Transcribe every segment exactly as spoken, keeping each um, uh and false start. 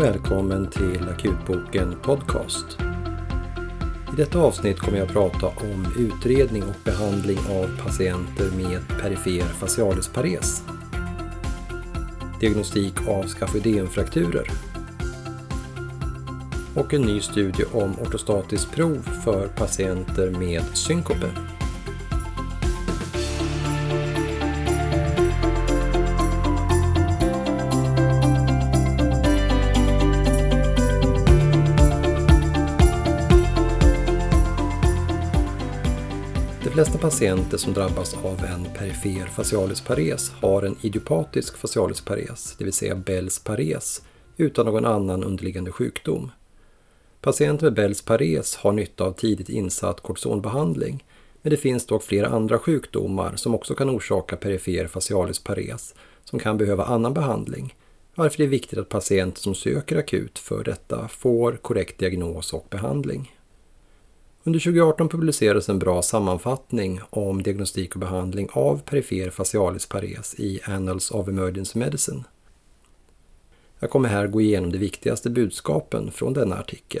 välkommen till Akutboken Podcast. I detta avsnitt kommer jag att prata om utredning och behandling av patienter med perifer facialispares, diagnostik av skafoideumfrakturer och en ny studie om ortostatiskt prov för patienter med synkope. De flesta patienter som drabbas av en perifer facialispares har en idiopatisk facialispares, det vill säga Bells pares, utan någon annan underliggande sjukdom. Patienter med Bells pares har nytta av tidigt insatt kortisonbehandling, men det finns dock flera andra sjukdomar som också kan orsaka perifer facialispares som kan behöva annan behandling, varför det är viktigt att patienter som söker akut för detta får korrekt diagnos och behandling. Under tjugo arton publicerades en bra sammanfattning om diagnostik och behandling av perifer facialispares i Annals of Emergency Medicine. Jag kommer här gå igenom de viktigaste budskapen från denna artikel.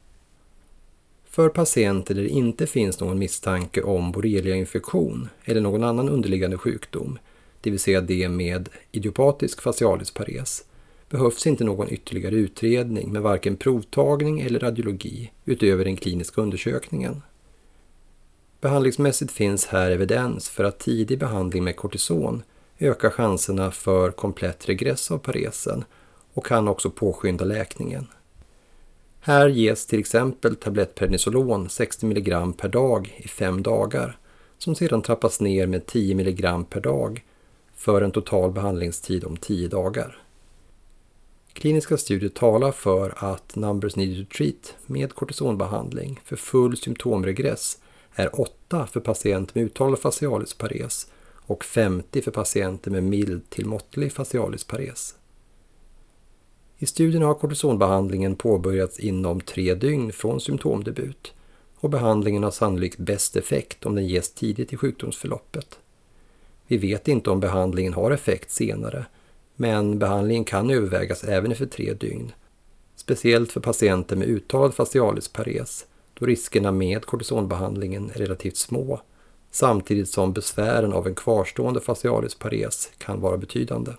För patienter där det inte finns någon misstanke om borreliainfektion eller någon annan underliggande sjukdom, det vill säga det med idiopatisk facialispares, behövs inte någon ytterligare utredning med varken provtagning eller radiologi utöver den kliniska undersökningen. Behandlingsmässigt finns här evidens för att tidig behandling med kortison ökar chanserna för komplett regress av paresen och kan också påskynda läkningen. Här ges till exempel tablettprednisolon sextio milligram per dag i fem dagar som sedan trappas ner med tio milligram per dag för en total behandlingstid om tio dagar. Kliniska studier talar för att numbers needed to treat med kortisonbehandling för full symptomregress är åtta för patienter med uttalad facialispares och femtio för patienter med mild till måttlig facialispares. I studien har kortisonbehandlingen påbörjats inom tre dygn från symptomdebut och behandlingen har sannolikt bäst effekt om den ges tidigt i sjukdomsförloppet. Vi vet inte om behandlingen har effekt senare, men behandlingen kan övervägas även efter tre dygn, speciellt för patienter med uttalad facialispares då riskerna med kortisonbehandlingen är relativt små, samtidigt som besvären av en kvarstående facialispares kan vara betydande.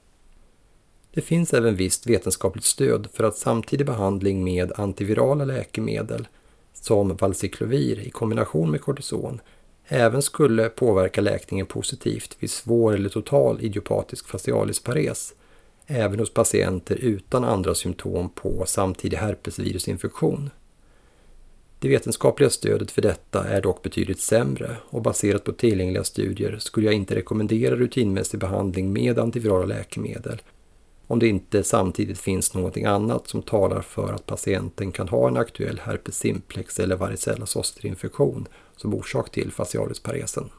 Det finns även visst vetenskapligt stöd för att samtidig behandling med antivirala läkemedel som valciklovir i kombination med kortison även skulle påverka läkningen positivt vid svår eller total idiopatisk facialispares, även hos patienter utan andra symptom på samtidig herpesvirusinfektion. Det vetenskapliga stödet för detta är dock betydligt sämre och baserat på tillgängliga studier skulle jag inte rekommendera rutinmässig behandling med antivirala läkemedel om det inte samtidigt finns något annat som talar för att patienten kan ha en aktuell herpes simplex eller varicella zoster-infektion som orsak till facialisparesen.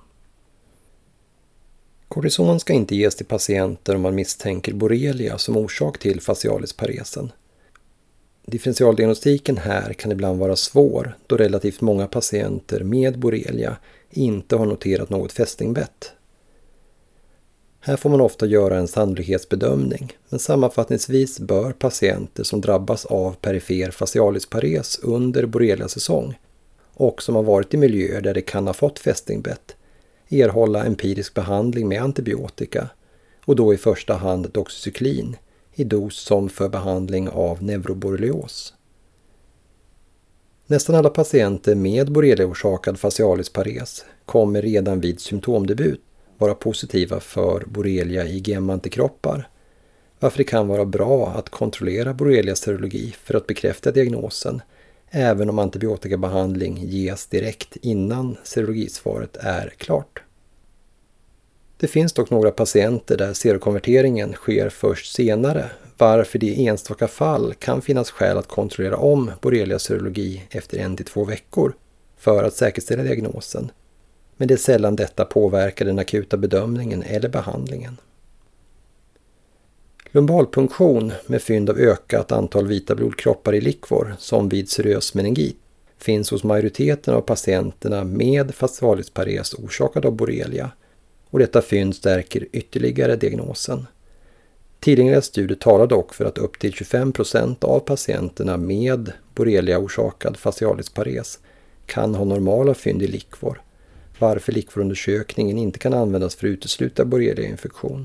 Kortison ska inte ges till patienter om man misstänker borrelia som orsak till facialisparesen. Differentialdiagnostiken här kan ibland vara svår då relativt många patienter med borrelia inte har noterat något fästingbett. Här får man ofta göra en sannolikhetsbedömning, men sammanfattningsvis bör patienter som drabbas av perifer facialispares under borrelia-säsong och som har varit i miljöer där det kan ha fått fästingbett erhålla empirisk behandling med antibiotika och då i första hand doxycyklin i dos som för behandling av neuroborrelios. Nästan alla patienter med borrelia-orsakad facialispares kommer redan vid symptomdebut vara positiva för borrelia I G M-antikroppar, varför det kan vara bra att kontrollera borrelia-serologi för att bekräfta diagnosen, även om antibiotikabehandling ges direkt innan serologisvaret är klart. Det finns dock några patienter där serokonverteringen sker först senare, varför det i enstaka fall kan finnas skäl att kontrollera om borrelia-serologi efter en till två veckor för att säkerställa diagnosen. Men det är sällan detta påverkar den akuta bedömningen eller behandlingen. Lumbalpunktion med fynd av ökat antal vita blodkroppar i likvor som vid serös meningit finns hos majoriteten av patienterna med facialispares orsakad av borrelia och detta fynd stärker ytterligare diagnosen. Tillgängliga studier talar dock för att upp till tjugofem procent av patienterna med borrelia-orsakad facialispares kan ha normala fynd i likvor, varför likvorundersökningen inte kan användas för att utesluta borrelia-infektion.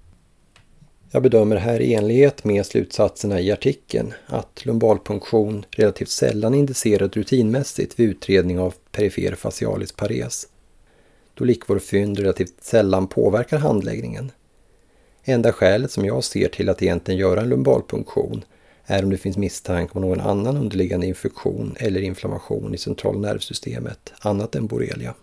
Jag bedömer här i enlighet med slutsatserna i artikeln att lumbalpunktion relativt sällan är indicerat rutinmässigt vid utredning av perifer facialispares, då likvorfynd relativt sällan påverkar handläggningen. Enda skälet som jag ser till att egentligen göra en lumbalpunktion är om det finns misstanke om någon annan underliggande infektion eller inflammation i centralnervsystemet annat än borrelia.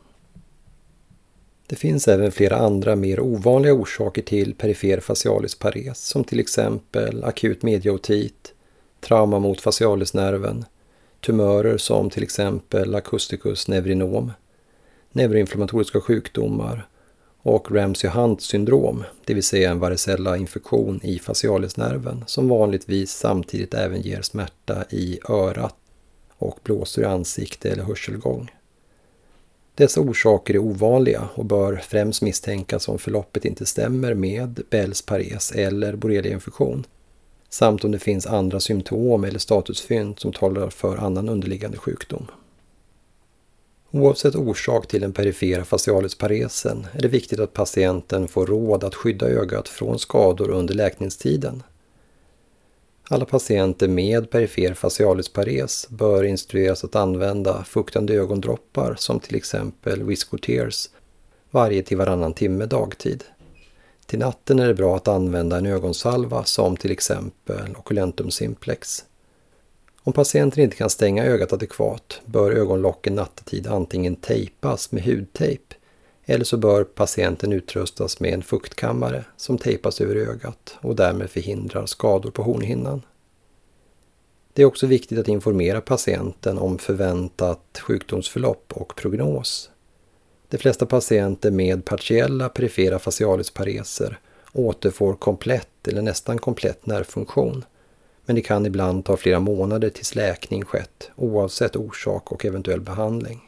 Det finns även flera andra mer ovanliga orsaker till perifer facialispares som till exempel akut medieotit, trauma mot facialisnerven, tumörer som till exempel acusticus nevrinom, neuroinflammatoriska sjukdomar och Ramsay-Hunt syndrom, det vill säga en varicella-infektion i facialisnerven som vanligtvis samtidigt även ger smärta i örat och blåsor i ansikte eller hörselgång. Dessa orsaker är ovanliga och bör främst misstänkas om förloppet inte stämmer med Bells pares eller borrelia-infektion, samt om det finns andra symptom eller statusfynd som talar för annan underliggande sjukdom. Oavsett orsak till den perifera facialisparesen är det viktigt att patienten får råd att skydda ögat från skador under läkningstiden. Alla patienter med perifer facialispares bör instrueras att använda fuktande ögondroppar som till exempel Viscotears varje till varannan timme dagtid. Till natten är det bra att använda en ögonsalva som till exempel Oculentum Simplex. Om patienten inte kan stänga ögat adekvat bör ögonlocken nattetid antingen tejpas med hudtejp eller så bör patienten utrustas med en fuktkammare som tejpas över ögat och därmed förhindrar skador på hornhinnan. Det är också viktigt att informera patienten om förväntat sjukdomsförlopp och prognos. De flesta patienter med partiella perifera facialispareser återfår komplett eller nästan komplett nervfunktion, men det kan ibland ta flera månader tills läkning skett oavsett orsak och eventuell behandling.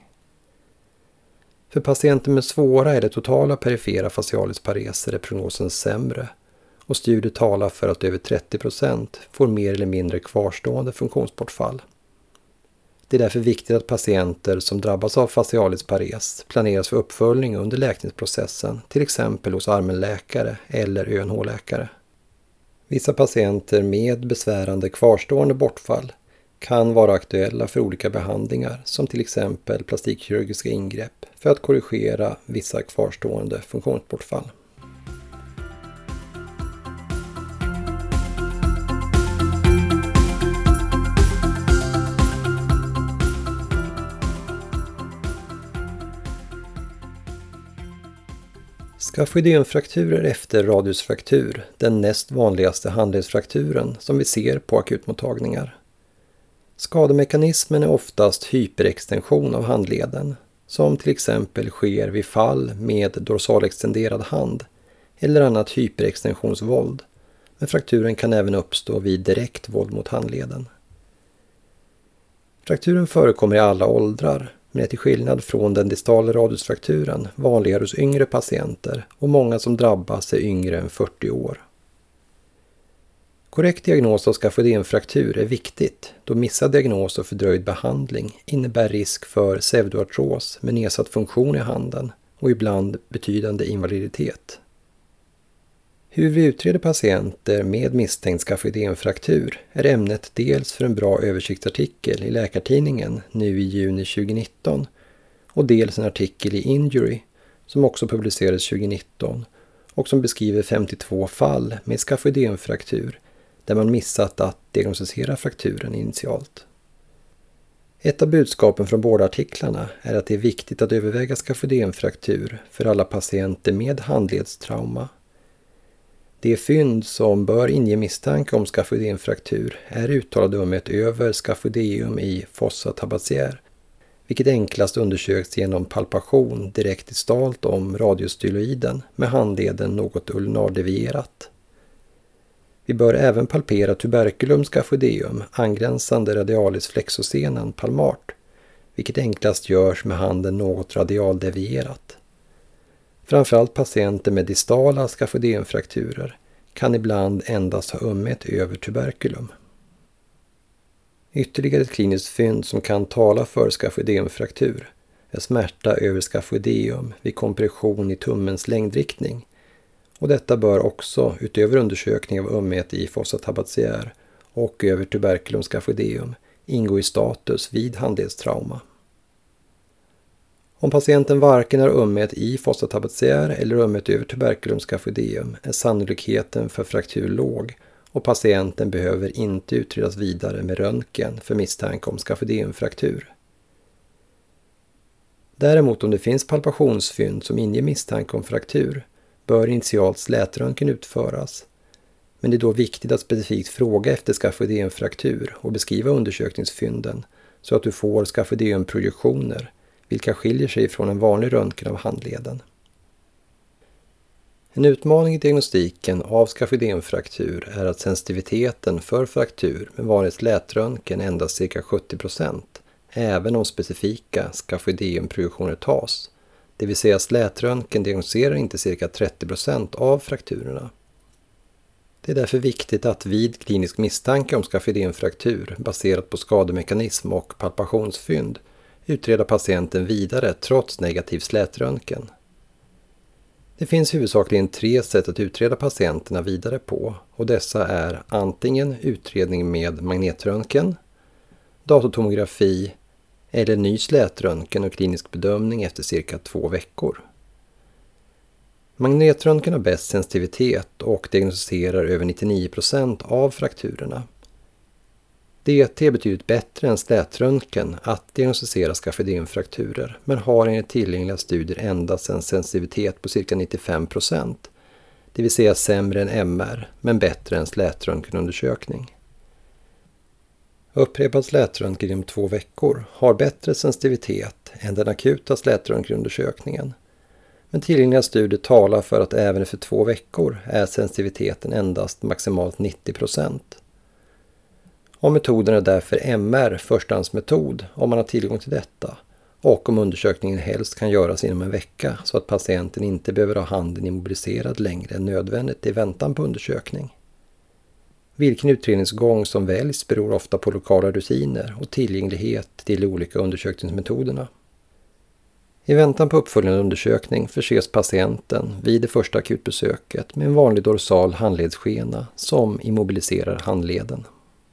För patienter med svåra eller totala perifera facialispareser är prognosen sämre och studier talar för att över trettio procent får mer eller mindre kvarstående funktionsbortfall. Det är därför viktigt att patienter som drabbas av facialispares planeras för uppföljning under läkningsprocessen, till exempel hos allmänläkare eller Ö N H-läkare. Vissa patienter med besvärande kvarstående bortfall kan vara aktuella för olika behandlingar som till exempel plastikkirurgiska ingrepp för att korrigera vissa kvarstående funktionsbortfall. Skafoideenfrakturer efter radiusfraktur, den näst vanligaste handledsfrakturen som vi ser på akutmottagningar. Skademekanismen är oftast hyperextension av handleden, som till exempel sker vid fall med dorsalextenderad hand eller annat hyperextensionsvåld, men frakturen kan även uppstå vid direkt våld mot handleden. Frakturen förekommer i alla åldrar, men är till skillnad från den distala radiusfrakturen vanligare hos yngre patienter och många som drabbas är yngre än fyrtio år. Korrekt diagnos av skafoideenfraktur är viktigt då missad diagnos och fördröjd behandling innebär risk för pseudoartros med nedsatt funktion i handen och ibland betydande invaliditet. Hur vi utreder patienter med misstänkt skafoideenfraktur är ämnet dels för en bra översiktsartikel i Läkartidningen nu i juni tjugonitton och dels en artikel i Injury som också publicerades tjugonitton och som beskriver femtiotvå fall med skafoideenfraktur där man missat att diagnostisera frakturen initialt. Ett av budskapen från båda artiklarna är att det är viktigt att överväga skafoideenfraktur för alla patienter med handledstrauma. De fynd som bör inge misstanke om skafoideenfraktur är uttalade om ett över skafoideum i fossa tabatière, vilket enklast undersöks genom palpation direkt distalt om radiostyloiden med handleden något ulnardevierat. Vi bör även palpera tuberculum skafoideum angränsande radialis flexoscenen palmart, vilket enklast görs med handen något radialdevierat. Framförallt patienter med distala skafoideenfrakturer kan ibland endast ha ömhet över tuberkulum. Ytterligare ett kliniskt fynd som kan tala för skafoideumfraktur är smärta över skafoideum vid kompression i tummens längdriktning. Och detta bör också, utöver undersökning av ömhet i fossa tabatiaire och över tuberculum skafoideum, ingå i status vid handledstrauma. Om patienten varken har ömhet i fossa tabatiaire eller ömhet över tuberculum skafoideum är sannolikheten för fraktur låg och patienten behöver inte utredas vidare med röntgen för misstanke om skafoideumfraktur. Däremot om det finns palpationsfynd som inger misstanke om fraktur bör initialt slätröntgen utföras. Men det är då viktigt att specifikt fråga efter skafoideumfraktur och beskriva undersökningsfynden så att du får skafoideumprojektioner, vilka skiljer sig från en vanlig röntgen av handleden. En utmaning i diagnostiken av skafoideumfraktur är att sensitiviteten för fraktur med vanlig slätröntgen är endast cirka sjuttio procent, även om specifika skafoideumprojektioner tas. Det vill säga slätröntgen diagnostiserar inte cirka trettio procent av frakturerna. Det är därför viktigt att vid klinisk misstanke om skafoideumfraktur baserat på skademekanism och palpationsfynd utreda patienten vidare trots negativ slätröntgen. Det finns huvudsakligen tre sätt att utreda patienterna vidare på och dessa är antingen utredning med magnetröntgen, datortomografi eller ny slätröntgen och klinisk bedömning efter cirka två veckor. Magnetröntgen har bäst sensitivitet och diagnostiserar över nittionio procent av frakturerna. D T är betydligt bättre än slätröntgen att diagnostisera skafoideumfrakturer men har enligt tillgängliga studier endast en sensitivitet på cirka nittiofem procent, det vill säga sämre än M R men bättre än slätröntgenundersökning. Upprepad slätröntgen inom två veckor har bättre sensitivitet än den akuta slätröntgenundersökningen. Men tillgängliga studier talar för att även efter två veckor är sensitiviteten endast maximalt nittio procent. Och metoden är därför M R förstahandsmetod om man har tillgång till detta och om undersökningen helst kan göras inom en vecka så att patienten inte behöver ha handen immobiliserad längre än nödvändigt i väntan på undersökning. Vilken utredningsgång som väljs beror ofta på lokala rutiner och tillgänglighet till de olika undersökningsmetoderna. I väntan på uppföljande undersökning förses patienten vid det första akutbesöket med en vanlig dorsal handledsskena som immobiliserar handleden.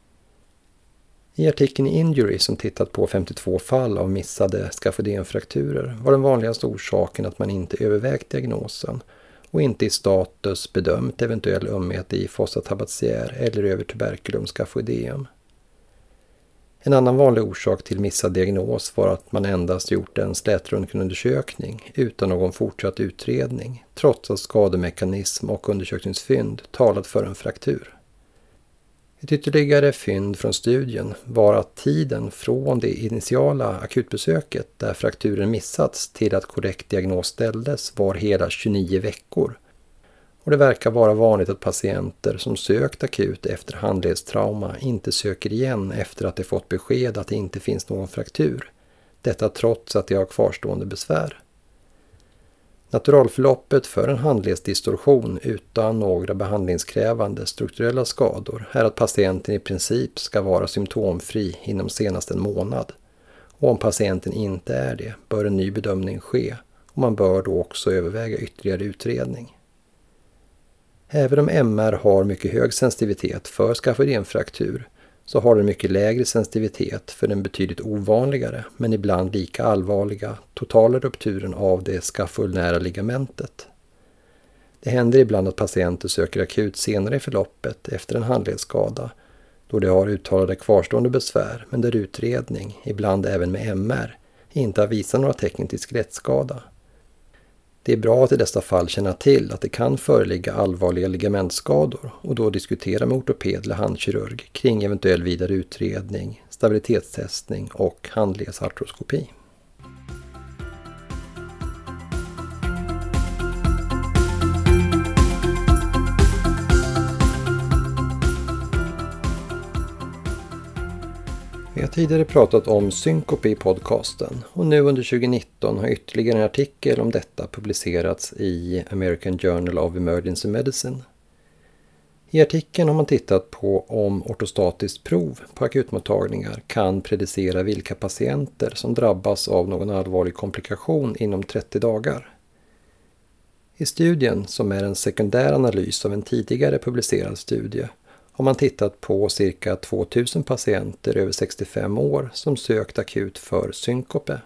I artikeln i Injury som tittat på femtiotvå fall av missade skafoideumfrakturer var den vanligaste orsaken att man inte övervägt diagnosen och inte i status bedömt eventuell ömhet i fossa tabatiaire eller över tuberculum skafoideum. En annan vanlig orsak till missad diagnos var att man endast gjort en slätröntgenundersökning utan någon fortsatt utredning, trots att skademekanism och undersökningsfynd talat för en fraktur. Ett ytterligare fynd från studien var att tiden från det initiala akutbesöket där frakturen missats till att korrekt diagnos ställdes var hela tjugonio veckor. Och det verkar vara vanligt att patienter som sökt akut efter handledstrauma inte söker igen efter att de fått besked att det inte finns någon fraktur. Detta trots att de har kvarstående besvär. Naturalförloppet för en handledsdistorsion utan några behandlingskrävande strukturella skador är att patienten i princip ska vara symptomfri inom senast en månad. Och om patienten inte är det bör en ny bedömning ske och man bör då också överväga ytterligare utredning. Även om M R har mycket hög sensitivitet för skafoideumfraktur så har den mycket lägre sensitivitet för den betydligt ovanligare men ibland lika allvarliga totala rupturen av det skafulnära ligamentet. Det händer ibland att patienter söker akut senare i förloppet efter en handledsskada då de har uttalade kvarstående besvär men där utredning, ibland även med M R, inte har visat några tecken till skelettskada. Det är bra att i dessa fall känna till att det kan föreligga allvarliga ligamentskador och då diskutera med ortoped eller handkirurg kring eventuell vidare utredning, stabilitetstestning och handledsartroskopi. Vi har tidigare pratat om synkope i podcasten och nu under tjugonitton har ytterligare en artikel om detta publicerats i American Journal of Emergency Medicine. I artikeln har man tittat på om ortostatiskt prov på akutmottagningar kan predicera vilka patienter som drabbas av någon allvarlig komplikation inom trettio dagar. I studien, som är en sekundär analys av en tidigare publicerad studie, har man tittat på cirka tvåtusen patienter över sextiofem år som sökt akut för synkope.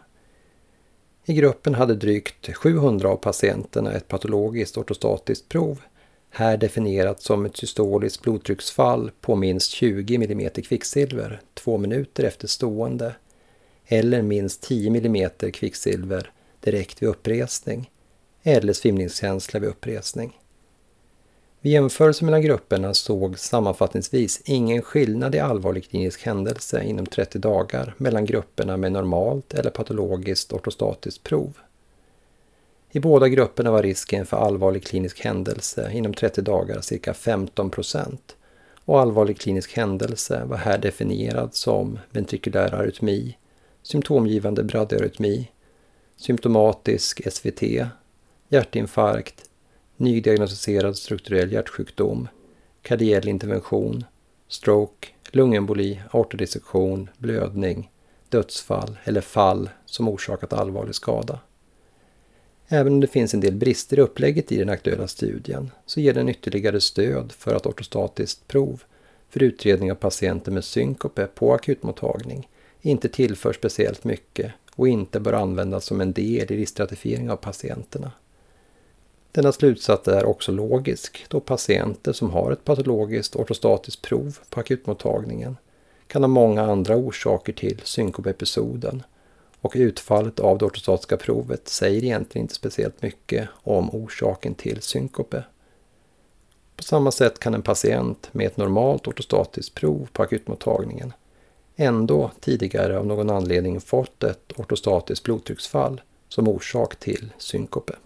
I gruppen hade drygt sjuhundra av patienterna ett patologiskt ortostatiskt prov, här definierat som ett systoliskt blodtrycksfall på minst tjugo millimeter kvicksilver två minuter efter stående eller minst tio millimeter kvicksilver direkt vid uppresning eller svimningskänsla vid uppresning. Vid jämförelse mellan grupperna såg sammanfattningsvis ingen skillnad i allvarlig klinisk händelse inom trettio dagar mellan grupperna med normalt eller patologiskt ortostatiskt prov. I båda grupperna var risken för allvarlig klinisk händelse inom trettio dagar cirka femton procent och allvarlig klinisk händelse var här definierad som ventrikulär arytmi, symptomgivande bradyarytmi, symptomatisk S V T, hjärtinfarkt, nydiagnostiserad strukturell hjärtsjukdom, kardiell intervention, stroke, lungemboli, aortodissektion, blödning, dödsfall eller fall som orsakat allvarlig skada. Även om det finns en del brister i upplägget i den aktuella studien så ger den ytterligare stöd för att ortostatiskt prov för utredning av patienter med synkope på akutmottagning inte tillför speciellt mycket och inte bör användas som en del i riskstratifiering av patienterna. Denna slutsats är också logisk då patienter som har ett patologiskt ortostatiskt prov på akutmottagningen kan ha många andra orsaker till synkopeepisoden och utfallet av det ortostatiska provet säger egentligen inte speciellt mycket om orsaken till synkope. På samma sätt kan en patient med ett normalt ortostatiskt prov på akutmottagningen ändå tidigare av någon anledning fått ett ortostatiskt blodtrycksfall som orsak till synkope.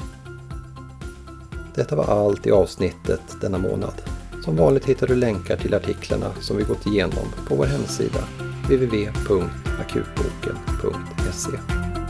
Detta var allt i avsnittet denna månad. Som vanligt hittar du länkar till artiklarna som vi gått igenom på vår hemsida w w w punkt akutboken punkt se.